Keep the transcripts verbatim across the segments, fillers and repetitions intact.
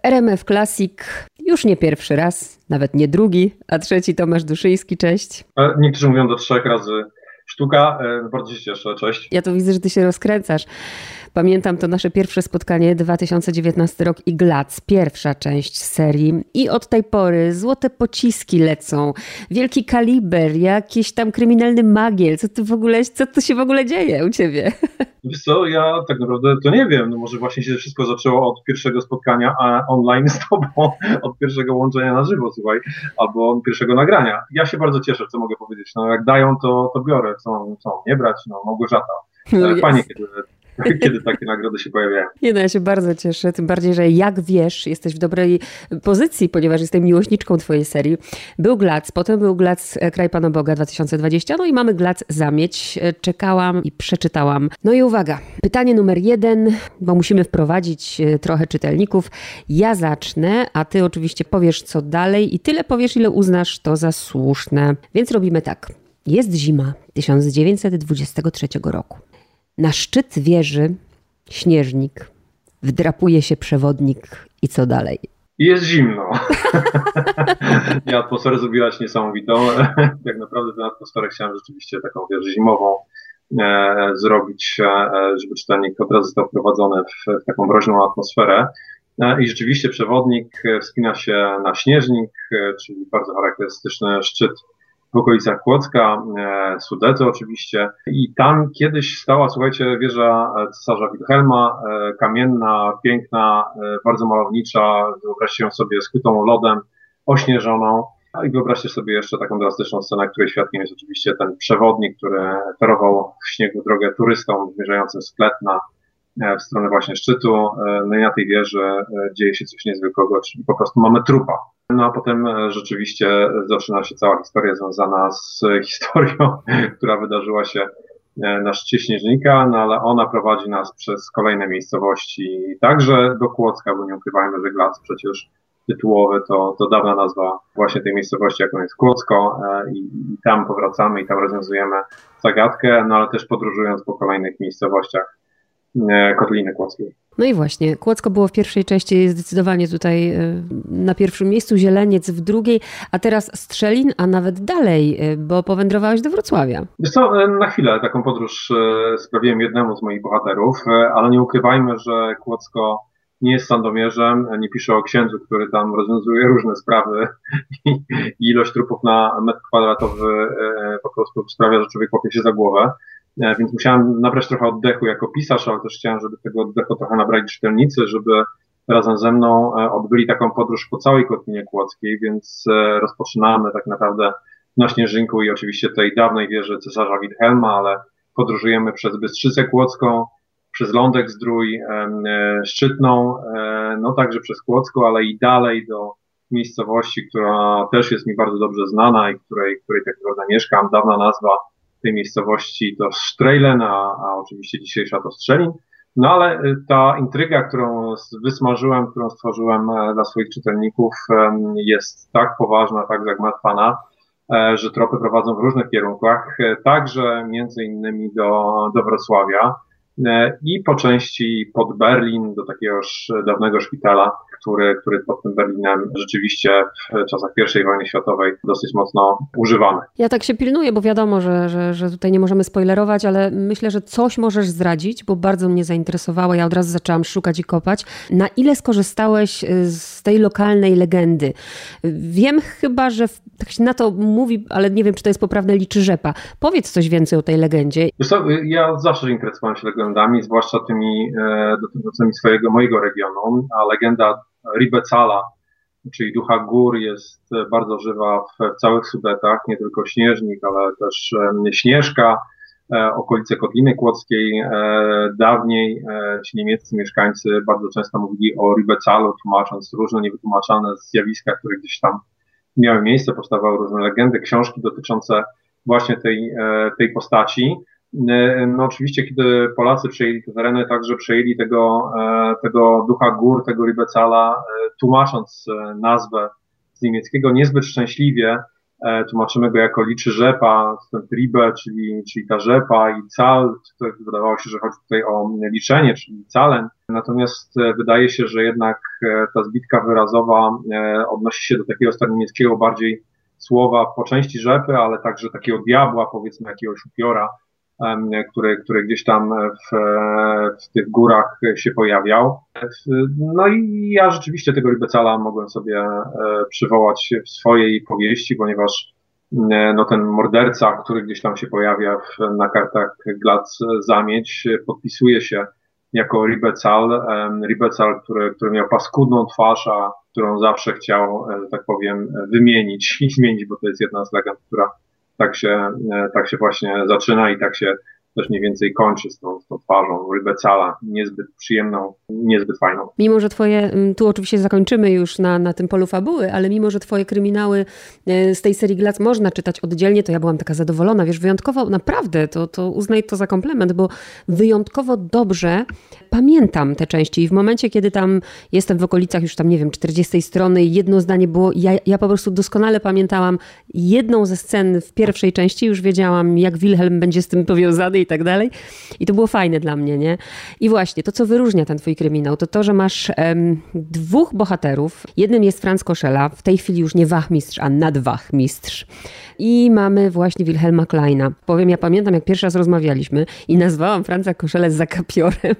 R M F Classic już nie pierwszy raz, nawet nie drugi, a trzeci Tomasz Duszyński, cześć. Niektórzy mówią do trzech razy sztuka, bardzo się cieszę, cześć. Ja to widzę, że ty się rozkręcasz. Pamiętam to nasze pierwsze spotkanie, dwa tysiące dziewiętnasty rok i Glac, pierwsza część serii. I od tej pory złote pociski lecą, wielki kaliber, jakiś tam kryminalny magiel. Co ty w ogóle, co to się w ogóle dzieje u ciebie? Wiesz co, ja tak naprawdę to nie wiem. No może właśnie się wszystko zaczęło od pierwszego spotkania online z tobą, od pierwszego łączenia na żywo, słuchaj, albo od pierwszego nagrania. Ja się bardzo cieszę, co mogę powiedzieć. No jak dają, to, to biorę. Co, co nie brać? No Małgorzata. No fajnie, kiedy... kiedy takie nagrody się pojawiają. Nie no, ja się bardzo cieszę, tym bardziej, że jak wiesz, jesteś w dobrej pozycji, ponieważ jestem miłośniczką twojej serii. Był Glac, potem był Glac Kraj Pana Boga dwa tysiące dwudziesty, no i mamy Glac Zamieć. Czekałam i przeczytałam. No i uwaga, pytanie numer jeden, bo musimy wprowadzić trochę czytelników. Ja zacznę, a ty oczywiście powiesz co dalej i tyle powiesz, ile uznasz to za słuszne. Więc robimy tak. Jest zima tysiąc dziewięćset dwudziestego trzeciego roku. Na szczyt wieży śnieżnik, wdrapuje się przewodnik i co dalej? Jest zimno. I atmosferę zrobiłaś niesamowitą. Tak naprawdę tę atmosferę chciałem rzeczywiście taką wieżę zimową e, zrobić, e, żeby czytelnik od razu został wprowadzony w, w taką mroźną atmosferę. E, I rzeczywiście przewodnik wspina się na śnieżnik, e, czyli bardzo charakterystyczny szczyt w okolicach Kłodzka, e, Sudety oczywiście. I tam kiedyś stała, słuchajcie, wieża cesarza Wilhelma, e, kamienna, piękna, e, bardzo malownicza. Wyobraźcie ją sobie skutą lodem, ośnieżoną. I wyobraźcie sobie jeszcze taką drastyczną scenę, której świadkiem jest oczywiście ten przewodnik, który torował w śniegu drogę turystom zmierzającym z Kletna e, w stronę właśnie szczytu. E, no i na tej wieży e, dzieje się coś niezwykłego, czyli po prostu mamy trupa. No a potem rzeczywiście zaczyna się cała historia związana z historią, która wydarzyła się na szczycie Śnieżnika, no ale ona prowadzi nas przez kolejne miejscowości, także do Kłodzka, bo nie ukrywajmy, że Glac przecież tytułowy to, to dawna nazwa właśnie tej miejscowości, jaką jest Kłodzko, i, i tam powracamy i tam rozwiązujemy zagadkę, no ale też podróżując po kolejnych miejscowościach Kotliny Kłodzkiej. No i właśnie, Kłodzko było w pierwszej części, jest zdecydowanie tutaj na pierwszym miejscu, Zieleniec w drugiej, a teraz Strzelin, a nawet dalej, bo powędrowałeś do Wrocławia. Wiesz co, na chwilę taką podróż sprawiłem jednemu z moich bohaterów, ale nie ukrywajmy, że Kłodzko nie jest Sandomierzem, nie pisze o księdzu, który tam rozwiązuje różne sprawy i ilość trupów na metr kwadratowy po prostu sprawia, że człowiek łapie się za głowę. Więc musiałem nabrać trochę oddechu jako pisarz, ale też chciałem, żeby tego oddechu trochę nabrali czytelnicy, żeby razem ze mną odbyli taką podróż po całej Kotlinie Kłodzkiej, więc rozpoczynamy tak naprawdę na Śnieżynku i oczywiście tej dawnej wieży cesarza Wilhelma, ale podróżujemy przez Bystrzycę Kłodzką, przez Lądek-Zdrój, Szczytną, no także przez Kłodzko, ale i dalej do miejscowości, która też jest mi bardzo dobrze znana i której, której tak naprawdę mieszkam, dawna nazwa tej miejscowości to Strejlen, a, a oczywiście dzisiejsza to Strzelin. No ale ta intryga, którą wysmażyłem, którą stworzyłem dla swoich czytelników, jest tak poważna, tak zagmatwana, że tropy prowadzą w różnych kierunkach, także między innymi do, do Wrocławia i po części pod Berlin, do takiegoż dawnego szpitala, który, który pod tym Berlinem rzeczywiście w czasach pierwszej wojny światowej dosyć mocno używany. Ja tak się pilnuję, bo wiadomo, że, że, że tutaj nie możemy spoilerować, ale myślę, że coś możesz zdradzić, bo bardzo mnie zainteresowało. Ja od razu zaczęłam szukać i kopać. Na ile skorzystałeś z tej lokalnej legendy? Wiem chyba, że tak się na to mówi, ale nie wiem, czy to jest poprawne, liczy rzepa. Powiedz coś więcej o tej legendzie. Wiesz co, ja zawsze interesowałem się legendami, zwłaszcza tymi e, dotyczącymi swojego, mojego regionu, a legenda Ribecala, czyli ducha gór, jest bardzo żywa w, w całych Sudetach, nie tylko Śnieżnik, ale też e, Śnieżka, e, okolice Kotliny Kłodzkiej. E, dawniej e, ci niemieccy mieszkańcy bardzo często mówili o Ribecalu, tłumacząc różne niewytłumaczane zjawiska, które gdzieś tam miały miejsce, powstawały różne legendy, książki dotyczące właśnie tej, e, tej postaci. No oczywiście, kiedy Polacy przejęli te tereny, także przejęli tego, tego ducha gór, tego Ribecala, tłumacząc nazwę z niemieckiego niezbyt szczęśliwie, tłumaczymy go jako liczy rzepa, stąd ribę, czyli, czyli ta rzepa i cal, to wydawało się, że chodzi tutaj o liczenie, czyli calen. Natomiast wydaje się, że jednak ta zbitka wyrazowa odnosi się do takiego staroniemieckiego bardziej słowa po części rzepy, ale także takiego diabła, powiedzmy jakiegoś upiora, który, który gdzieś tam w, w tych górach się pojawiał. No i ja rzeczywiście tego ribecala mogłem sobie przywołać w swojej powieści, ponieważ no ten morderca, który gdzieś tam się pojawia w, na kartach Glac Zamieć, podpisuje się jako ribecal, ribecal, który, który miał paskudną twarz, a którą zawsze chciał, że tak powiem, wymienić i zmienić, bo to jest jedna z legend, która tak się, tak się właśnie zaczyna i tak się też mniej więcej kończy z tą, z tą twarzą ribecala, niezbyt przyjemną, niezbyt fajną. Mimo, że twoje, tu oczywiście zakończymy już na, na tym polu fabuły, ale mimo, że twoje kryminały z tej serii Glac można czytać oddzielnie, to ja byłam taka zadowolona, wiesz, wyjątkowo, naprawdę, to, to uznaj to za komplement, bo wyjątkowo dobrze pamiętam te części i w momencie, kiedy tam jestem w okolicach już tam, nie wiem, czterdziestej strony i jedno zdanie było, ja, ja po prostu doskonale pamiętałam jedną ze scen w pierwszej części, już wiedziałam, jak Wilhelm będzie z tym powiązany i tak dalej. I to było fajne dla mnie, nie? I właśnie to, co wyróżnia ten twój kryminał, to to, że masz em, dwóch bohaterów. Jednym jest Franz Koszela, w tej chwili już nie wachmistrz, a nadwachmistrz. I mamy właśnie Wilhelma Kleina. Powiem, ja pamiętam, jak pierwszy raz rozmawialiśmy i nazwałam Franza Koszelę zakapiorem,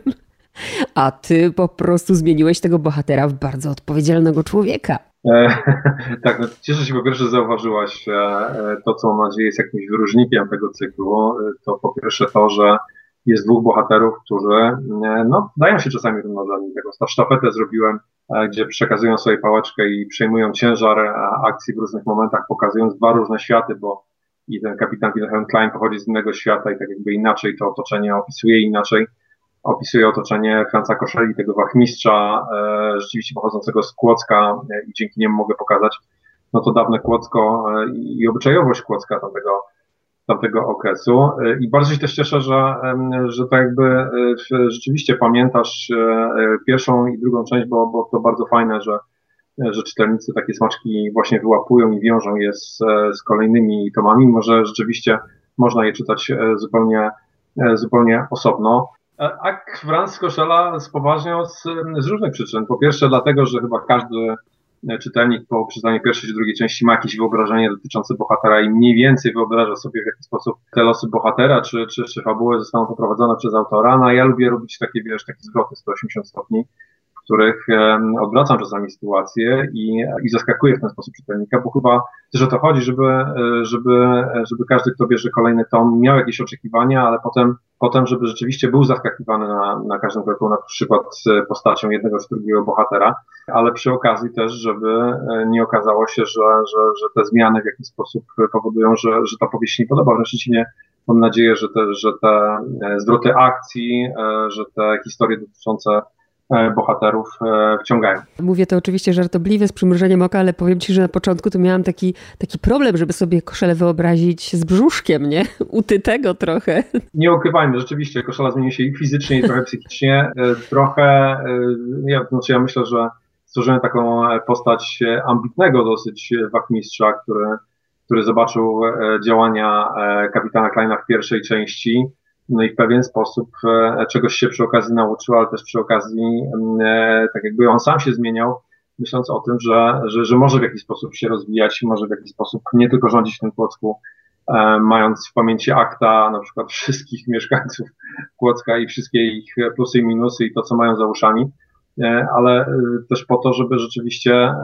a ty po prostu zmieniłeś tego bohatera w bardzo odpowiedzialnego człowieka. E, tak, no, cieszę się po pierwsze, że zauważyłaś e, to, co mam nadzieję jest jakimś wyróżnikiem tego cyklu. To po pierwsze to, że jest dwóch bohaterów, którzy e, no, dają się czasami równorzędnie. Taką sztafetę zrobiłem, e, gdzie przekazują sobie pałeczkę i przejmują ciężar e, akcji w różnych momentach, pokazując dwa różne światy, bo i ten kapitan Wilhelm Klein pochodzi z innego świata i tak jakby inaczej to otoczenie opisuje, inaczej opisuje otoczenie Franza Koszeli, tego wachmistrza, e, rzeczywiście pochodzącego z Kłodzka e, i dzięki niemu mogę pokazać no to dawne Kłodzko e, i obyczajowość Kłodzka tamtego, tamtego okresu. E, I bardzo się też cieszę, że, e, że tak jakby e, rzeczywiście pamiętasz e, pierwszą i drugą część, bo, bo to bardzo fajne, że, że czytelnicy takie smaczki właśnie wyłapują i wiążą je z, z kolejnymi tomami, mimo że rzeczywiście można je czytać e, zupełnie, e, zupełnie osobno. A Franz Koszela spoważniał z, z różnych przyczyn. Po pierwsze dlatego, że chyba każdy czytelnik po przeczytaniu pierwszej czy drugiej części ma jakieś wyobrażenie dotyczące bohatera i mniej więcej wyobraża sobie, w jaki sposób te losy bohatera czy, czy, czy fabuły zostaną poprowadzone przez autora. No a ja lubię robić takie, wiesz, takie zwroty sto osiemdziesiąt stopni, w których um, odwracam czasami sytuację i, i zaskakuję w ten sposób czytelnika, bo chyba też o to chodzi, żeby, żeby, żeby każdy, kto bierze kolejny tom, miał jakieś oczekiwania, ale potem Potem, żeby rzeczywiście był zaskakiwany na, na każdym kroku, na przykład postacią jednego czy drugiego bohatera, ale przy okazji też, żeby nie okazało się, że, że, że te zmiany w jakiś sposób powodują, że, że ta powieść nie podoba. Wręcz przeciwnie, mam nadzieję, że te, że te zwroty akcji, że te historie dotyczące bohaterów wciągają. Mówię to oczywiście żartobliwie, z przymrużeniem oka, ale powiem ci, że na początku to miałam taki, taki problem, żeby sobie Koszelę wyobrazić z brzuszkiem, nie? Utytego trochę. Nie ukrywajmy, rzeczywiście Koszela zmienił się i fizycznie, i trochę psychicznie. Trochę, ja, znaczy ja myślę, że stworzyłem taką postać ambitnego dosyć wachmistrza, który, który zobaczył działania kapitana Kleina w pierwszej części. No i w pewien sposób e, czegoś się przy okazji nauczył, ale też przy okazji e, tak jakby on sam się zmieniał, myśląc o tym, że, że, że może w jakiś sposób się rozwijać, może w jakiś sposób nie tylko rządzić w tym Kłodzku, e, mając w pamięci akta na przykład wszystkich mieszkańców Kłodzka i wszystkie ich plusy i minusy i to, co mają za uszami, e, ale e, też po to, żeby rzeczywiście e,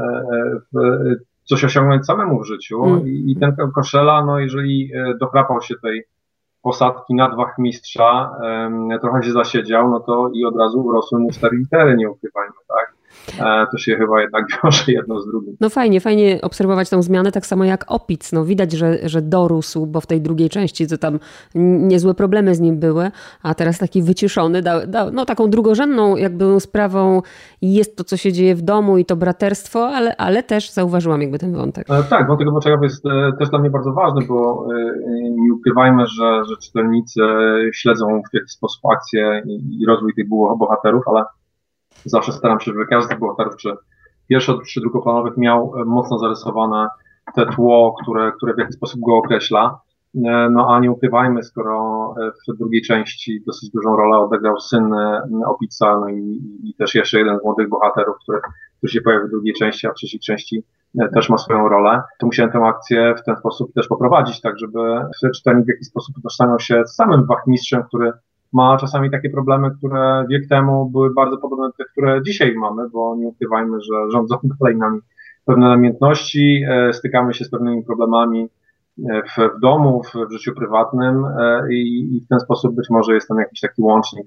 e, coś osiągnąć samemu w życiu. Mm. I, i ten Koszela, no jeżeli dochrapał się tej posadki nadwachmistrza, um, trochę się zasiedział, no to i od razu urosły mu cztery litery, nie ukrywajmy, tak? E, to się chyba jednak wiąże jedno z drugim. No fajnie, fajnie obserwować tą zmianę, tak samo jak Opic. No widać, że, że dorósł, bo w tej drugiej części to tam niezłe problemy z nim były, a teraz taki wyciszony, dał, dał, no taką drugorzędną jakby sprawą jest to, co się dzieje w domu i to braterstwo, ale, ale też zauważyłam jakby ten wątek. E, tak, wątek obyczajowy jest e, też dla mnie bardzo ważny, bo e, nie ukrywajmy, że, że czytelnicy śledzą w jakiś sposób akcję i, i rozwój tych bohaterów, ale zawsze staram się, żeby każdy z bohaterów, czy pierwszo, czy drugoplanowych, miał mocno zarysowane te tło, które, które w jakiś sposób go określa. No a nie ukrywajmy, skoro w drugiej części dosyć dużą rolę odegrał syn Opica, no i, i też jeszcze jeden z młodych bohaterów, który, który się pojawił w drugiej części, a w trzeciej części też ma swoją rolę, to musiałem tę akcję w ten sposób też poprowadzić, tak żeby czytelnik w jakiś sposób utożsamiał się z samym wachmistrzem, który ma czasami takie problemy, które wiek temu były bardzo podobne do tych, które dzisiaj mamy, bo nie ukrywajmy, że rządzą dalej nami pewne namiętności, stykamy się z pewnymi problemami w, w domu, w, w życiu prywatnym i, i w ten sposób być może jest tam jakiś taki łącznik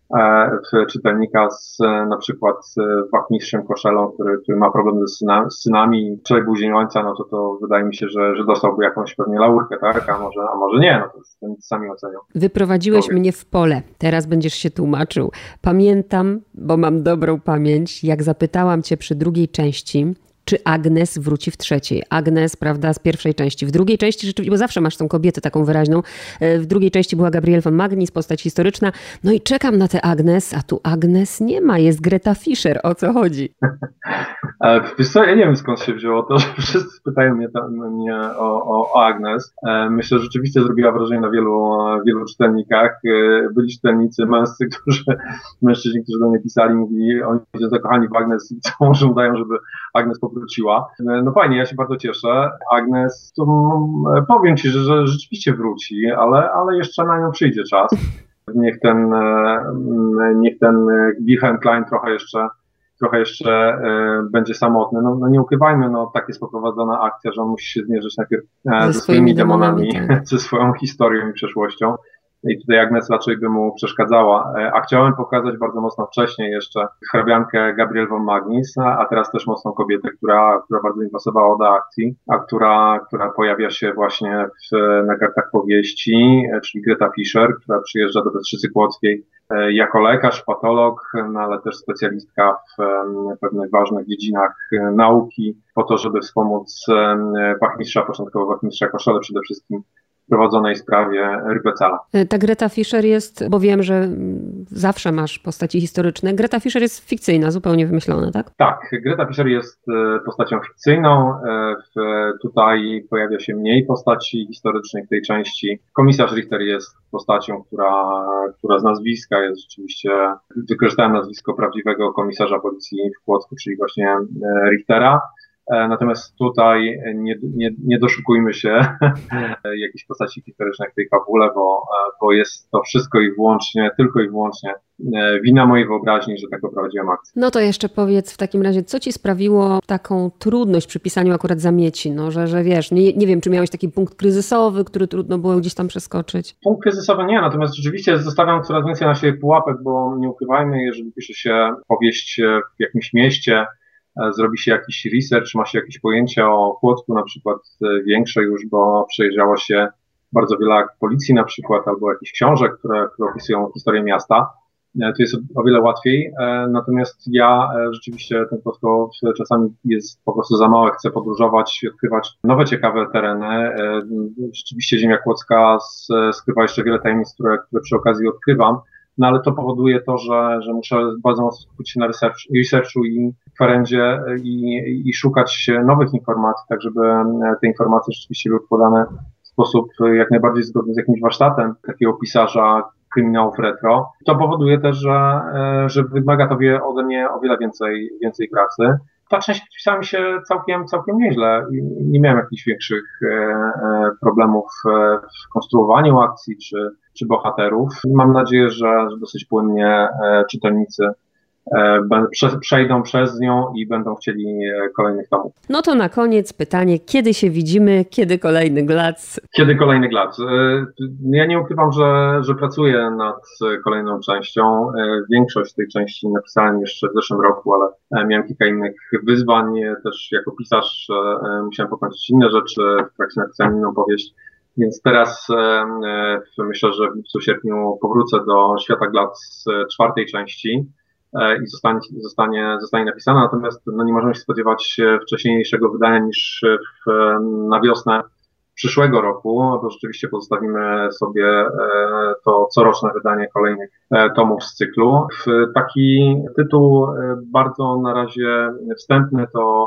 w czytelnika z na przykład wachmistrzem Koszelą, który, który ma problem ze syna, z synami. Człowiek był dzień ojca, no to to wydaje mi się, że, że dostałby jakąś pewnie laurkę, tak? A może, a może nie, no to już sami ocenią. Wyprowadziłeś Powiedz. mnie w pole, teraz będziesz się tłumaczył. Pamiętam, bo mam dobrą pamięć, jak zapytałam cię przy drugiej części, czy Agnes wróci w trzeciej. Agnes, prawda, z pierwszej części. W drugiej części rzeczywiście, bo zawsze masz tą kobietę taką wyraźną, w drugiej części była Gabrielle von Magnis, postać historyczna. No i czekam na tę Agnes, a tu Agnes nie ma, jest Greta Fischer. O co chodzi? Wiesz co, ja nie wiem, skąd się wzięło to, że wszyscy pytają mnie, tam, mnie o, o, o Agnes. Myślę, że rzeczywiście zrobiła wrażenie na wielu, wielu czytelnikach. Byli czytelnicy męscy, którzy, mężczyźni, którzy do mnie pisali, mówili, oni są zakochani w Agnes i co żądają, żeby Agnes wróciła. No fajnie, ja się bardzo cieszę. Agnes, to powiem ci, że, że rzeczywiście wróci, ale, ale jeszcze na nią przyjdzie czas. Niech ten, niech ten Wilhelm Klein trochę jeszcze, trochę jeszcze będzie samotny. No, no nie ukrywajmy, no tak jest poprowadzona akcja, że on musi się zmierzyć najpierw ze, ze swoimi demonami, demonami tak. ze swoją historią i przeszłością. I tutaj Agnes raczej by mu przeszkadzała. A chciałem pokazać bardzo mocno wcześniej jeszcze hrabiankę Gabrielle von Magnis, a teraz też mocną kobietę, która, która bardzo mi pasowała do akcji, a która, która pojawia się właśnie w, na kartach powieści, czyli Greta Fischer, która przyjeżdża do Bystrzycy Kłodzkiej jako lekarz, patolog, no ale też specjalistka w pewnych ważnych dziedzinach nauki, po to, żeby wspomóc wachmistrza, początkowo wachmistrza Koszele przede wszystkim, prowadzonej sprawie Rybecala. Ta Greta Fischer jest, bo wiem, że zawsze masz postaci historyczne. Greta Fischer jest fikcyjna, zupełnie wymyślona, tak? Tak, Greta Fischer jest postacią fikcyjną. Tutaj pojawia się mniej postaci historycznych w tej części. Komisarz Richter jest postacią, która, która z nazwiska jest rzeczywiście, wykorzystałem nazwisko prawdziwego komisarza policji w Płocku, czyli właśnie Richtera. Natomiast tutaj nie, nie, nie doszukujmy się jakichś postaci historycznych w tej fabule, bo, bo jest to wszystko i wyłącznie, tylko i wyłącznie wina mojej wyobraźni, że tak prowadziłem akcję. No to jeszcze powiedz w takim razie, co ci sprawiło taką trudność przy pisaniu akurat Zamieci? No, że, że wiesz, nie, nie wiem, czy miałeś taki punkt kryzysowy, który trudno było gdzieś tam przeskoczyć? Punkt kryzysowy nie, natomiast rzeczywiście zostawiam coraz więcej na siebie pułapek, bo nie ukrywajmy, jeżeli pisze się powieść w jakimś mieście, zrobi się jakiś research, ma się jakieś pojęcia o Płocku, na przykład większe już, bo przejeżdżało się bardzo wiele akt policji na przykład, albo jakichś książek, które, które opisują historię miasta. To jest o wiele łatwiej, natomiast ja rzeczywiście ten Płocko czasami jest po prostu za małe, chcę podróżować, odkrywać nowe, ciekawe tereny. Rzeczywiście ziemia kłodzka skrywa jeszcze wiele tajemnic, które, które przy okazji odkrywam. No ale to powoduje to, że, że muszę bardzo mocno skupić się na research, researchu i kwerendzie i, i szukać nowych informacji, tak żeby te informacje rzeczywiście były podane w sposób jak najbardziej zgodny z jakimś warsztatem takiego pisarza kryminałów retro. To powoduje też, że, że wymaga to ode mnie o wiele więcej, więcej pracy. Ta część wpisała mi się całkiem, całkiem nieźle. Nie miałem jakichś większych problemów w konstruowaniu akcji czy, czy bohaterów. Mam nadzieję, że, że dosyć płynnie czytelnicy przejdą przez nią i będą chcieli kolejnych tomów. No to na koniec pytanie, kiedy się widzimy, kiedy kolejny glac? Kiedy kolejny glac? Ja nie ukrywam, że, że pracuję nad kolejną częścią. Większość tej części napisałem jeszcze w zeszłym roku, ale miałem kilka innych wyzwań. Też jako pisarz musiałem pokończyć inne rzeczy, w trakcie napisałem inną powieść. Więc teraz myślę, że w sierpniu powrócę do Świata Glac czwartej części i zostanie, zostanie, zostanie napisana, natomiast no, nie możemy się spodziewać wcześniejszego wydania niż w, na wiosnę przyszłego roku, bo rzeczywiście pozostawimy sobie to coroczne wydanie kolejnych tomów z cyklu. Taki tytuł bardzo na razie wstępny to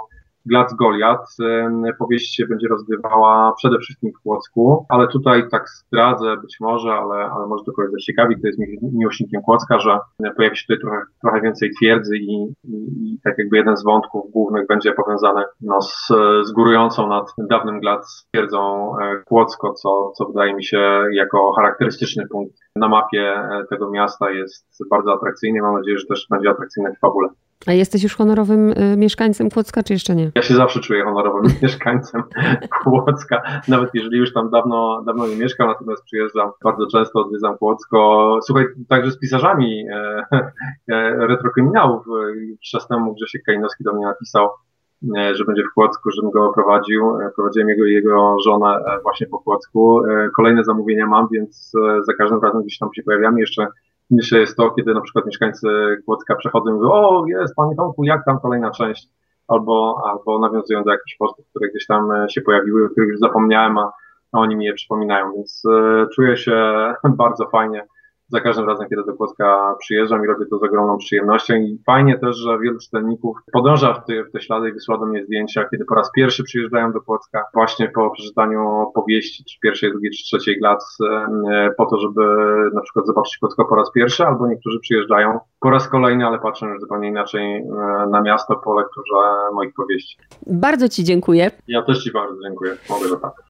Glac Goliat. Powieść się będzie rozgrywała przede wszystkim w Płocku, ale tutaj tak zdradzę być może, ale, ale może to kogoś zaciekawi, kto jest miłośnikiem Płocka, że pojawi się tutaj trochę, trochę więcej twierdzy i, i, i tak jakby jeden z wątków głównych będzie powiązany no, z, z górującą nad dawnym Glac twierdzą Płocko, co, co wydaje mi się jako charakterystyczny punkt na mapie tego miasta jest bardzo atrakcyjny. Mam nadzieję, że też będzie atrakcyjny w fabule. A jesteś już honorowym y, mieszkańcem Płocka, czy jeszcze nie? Ja się zawsze czuję honorowym mieszkańcem Płocka, nawet jeżeli już tam dawno, dawno nie mieszkam, natomiast przyjeżdżam bardzo często, odwiedzam Płocko. Słuchaj, także z pisarzami e, e, retrokryminałów. Czas temu Grzesiek Kalinowski do mnie napisał, e, że będzie w Płocku, żebym go prowadził. E, prowadziłem jego i jego żonę e, właśnie po Płocku. E, kolejne zamówienia mam, więc e, za każdym razem gdzieś tam się pojawiam. Jeszcze Niższe jest to, kiedy na przykład mieszkańcy Płocka przechodzą i mówią: o, jest, panie Tomku, jak tam kolejna część? Albo, albo nawiązują do jakichś postów, które gdzieś tam się pojawiły, o których już zapomniałem, a, a oni mi je przypominają, więc e, czuję się bardzo fajnie za każdym razem, kiedy do Płocka przyjeżdżam i robię to z ogromną przyjemnością. I fajnie też, że wielu czytelników podąża w te, w te ślady i wysyła do mnie zdjęcia, kiedy po raz pierwszy przyjeżdżają do Płocka, właśnie po przeczytaniu powieści, czy pierwszej, drugiej, czy trzeciej Glac, po to, żeby na przykład zobaczyć Płocko po raz pierwszy, albo niektórzy przyjeżdżają po raz kolejny, ale patrzą już zupełnie inaczej na miasto po lekturze moich powieści. Bardzo Ci dziękuję. Ja też Ci bardzo dziękuję. Mogę, że tak.